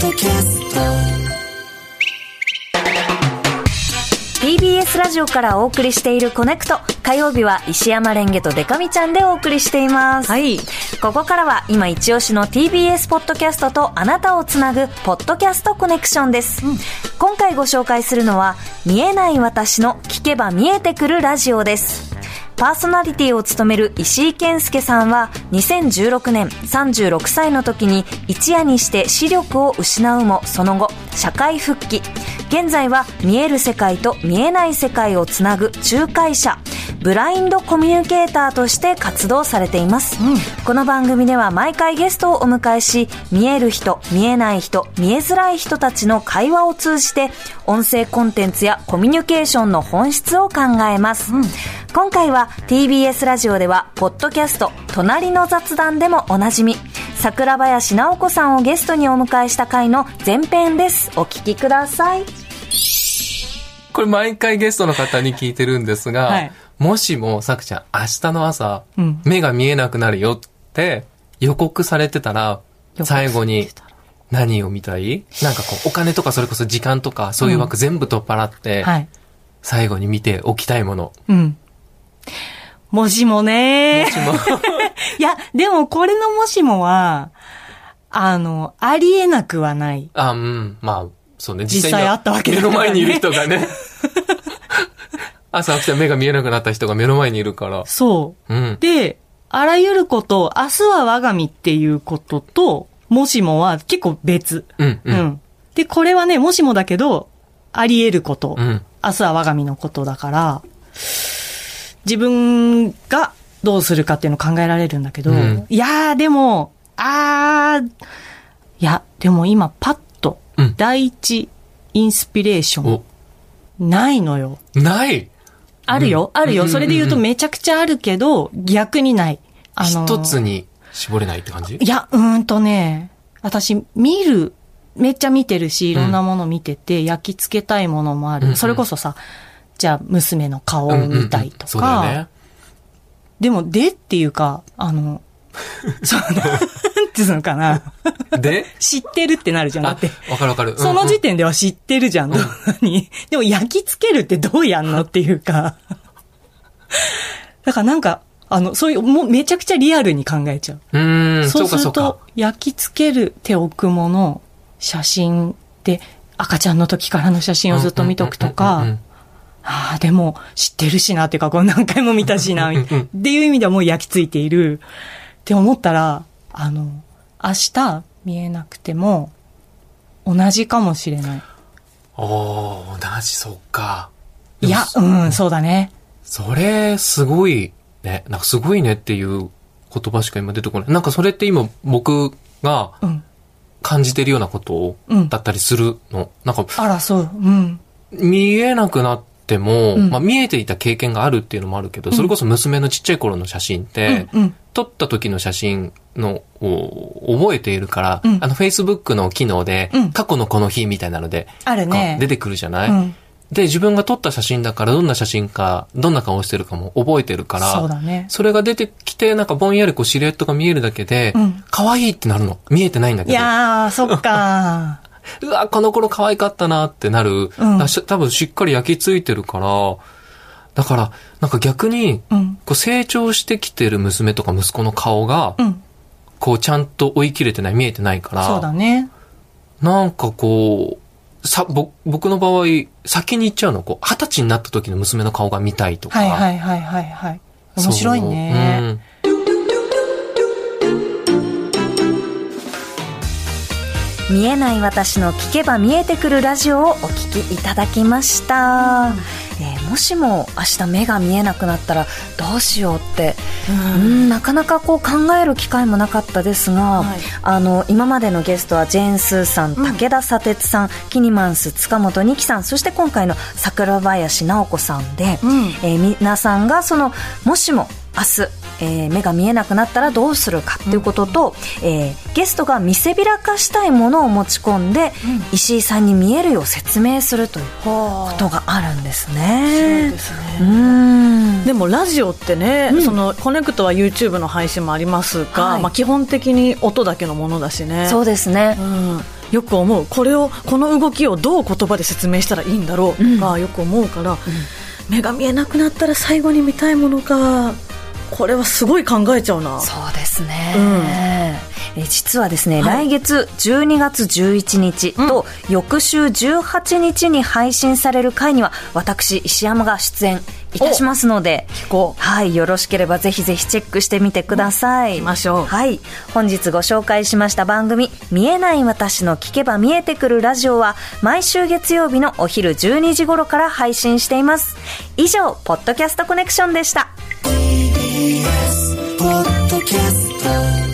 ドキャスト TBS ラジオからお送りしているコネクト、火曜日は石山レンゲとデカミちゃんでお送りしています。はい。ここからは今一押しの TBS ポッドキャストとあなたをつなぐポッドキャストコネクションです。今回ご紹介するのは見えない私の聞けば見えてくるラジオです。パーソナリティを務める石井健介さんは2016年36歳の時に一夜にして視力を失うもその後社会復帰。現在は見える世界と見えない世界をつなぐ仲介者、ブラインドコミュニケーターとして活動されています。この番組では毎回ゲストをお迎えし、見える人、見えない人、見えづらい人たちの会話を通じて音声コンテンツやコミュニケーションの本質を考えます。今回は TBS ラジオではポッドキャスト隣の雑談でもおなじみ桜林直子さんをゲストにお迎えした回の前編です。お聞きください。 これ毎回ゲストの方に聞いてるんですが、はい、もしもさくちゃん明日の朝、目が見えなくなるよって予告されてたら最後に何を見たい？なんかこうお金とかそれこそ時間とかそういう枠全部取っ払って、はい、最後に見ておきたいもの。 もしもね。 もしも。 いや、でもこれのもしもは、ありえなくはない。 まあ、そうね。 実際あったわけだから、ね。目の前にいる人がね。朝起きたら目が見えなくなった人が目の前にいるから。 そう。で、あらゆること、明日は我が身っていうことと、もしもは結構別。で、これはね、もしもだけど、あり得ること。明日は我が身のことだから、自分がどうするかっていうのを考えられるんだけど、いやーでも、でも今パッと、第一インスピレーション、ないのよ。 ない？ あるよ、あるよ。それで言うとめちゃくちゃあるけど、逆にない。 一つに絞れないって感じ？ いや、私めっちゃ見てるし、いろんなもの見てて、焼き付けたいものもある。それこそさ、じゃあ娘の顔を見たいとか、 そうだよね。 でもっていうかそうなんていうのかな。 で知ってるってなるじゃん。だって。 わかるわかる。 その時点では知ってるじゃん。でも焼き付けるってどうやんのっていうか。だからなんか、そういう、もうめちゃくちゃリアルに考えちゃう。そうすると、焼き付ける手置くもの、写真で赤ちゃんの時からの写真をずっと見とくとか、でも知ってるしなっていうか、これ何回も見たしなっていう意味ではもう焼き付いているって思ったら、明日見えなくても同じかもしれない。 同じ、そっか。 いや、そうだね。 それすごいね。なんかすごいねっていう言葉しか今出てこない。なんかそれって今僕が感じてるようなことだったりするの。なんかそう。 見えなくなっても、見えていた経験があるっていうのもあるけど、それこそ娘のちっちゃい頃の写真って、撮った時の写真のを覚えているから、Facebook の機能で、過去のこの日みたいなので、出てくるじゃない、で、自分が撮った写真だから、どんな写真か、どんな顔してるかも覚えてるから、 そうだね。 それが出てきて、なんかぼんやりこうシルエットが見えるだけで、可愛いってなるの。見えてないんだけど。 いやー、そっかうわ、この頃可愛かったなってなる。多分しっかり焼き付いてるから、だから、なんか逆に、こう成長してきてる娘とか息子の顔が、こうちゃんと追い切れてない、見えてないから、 そうだね。 なんかこう、僕の場合、先に行っちゃうの、こう、20歳になった時の娘の顔が見たいとか。 はい。面白いね。 見えない私の聞けば見えてくるラジオをお聞きいただきました。もしも明日目が見えなくなったらどうしようって、なかなかこう考える機会もなかったですが、今までのゲストはジェーン・スーさん、武田砂鉄さん、キニマンス塚本二木さん、そして今回の桜林直子さんで、皆さんがそのもしも明日目が見えなくなったらどうするかということと、ゲストが見せびらかしたいものを持ち込んで、石井さんに見えるよう説明するということがあるんですね。 そうですね。でもラジオってね、そのコネクトは YouTube の配信もありますが、基本的に音だけのものだしね。 そうですね。 よく思う。この動きをどう言葉で説明したらいいんだろうとかよく思うから、目が見えなくなったら最後に見たいものか、これはすごい考えちゃうな。 そうですね、実はですね、来月12月11日と翌週18日に配信される回には私石山が出演いたしますので、はい、よろしければぜひぜひチェックしてみてください。 行きましょう。 はい、本日ご紹介しました番組見えない私の聞けば見えてくるラジオは毎週月曜日のお昼12時頃から配信しています。以上、ポッドキャストコネクションでした。ポッドキャスト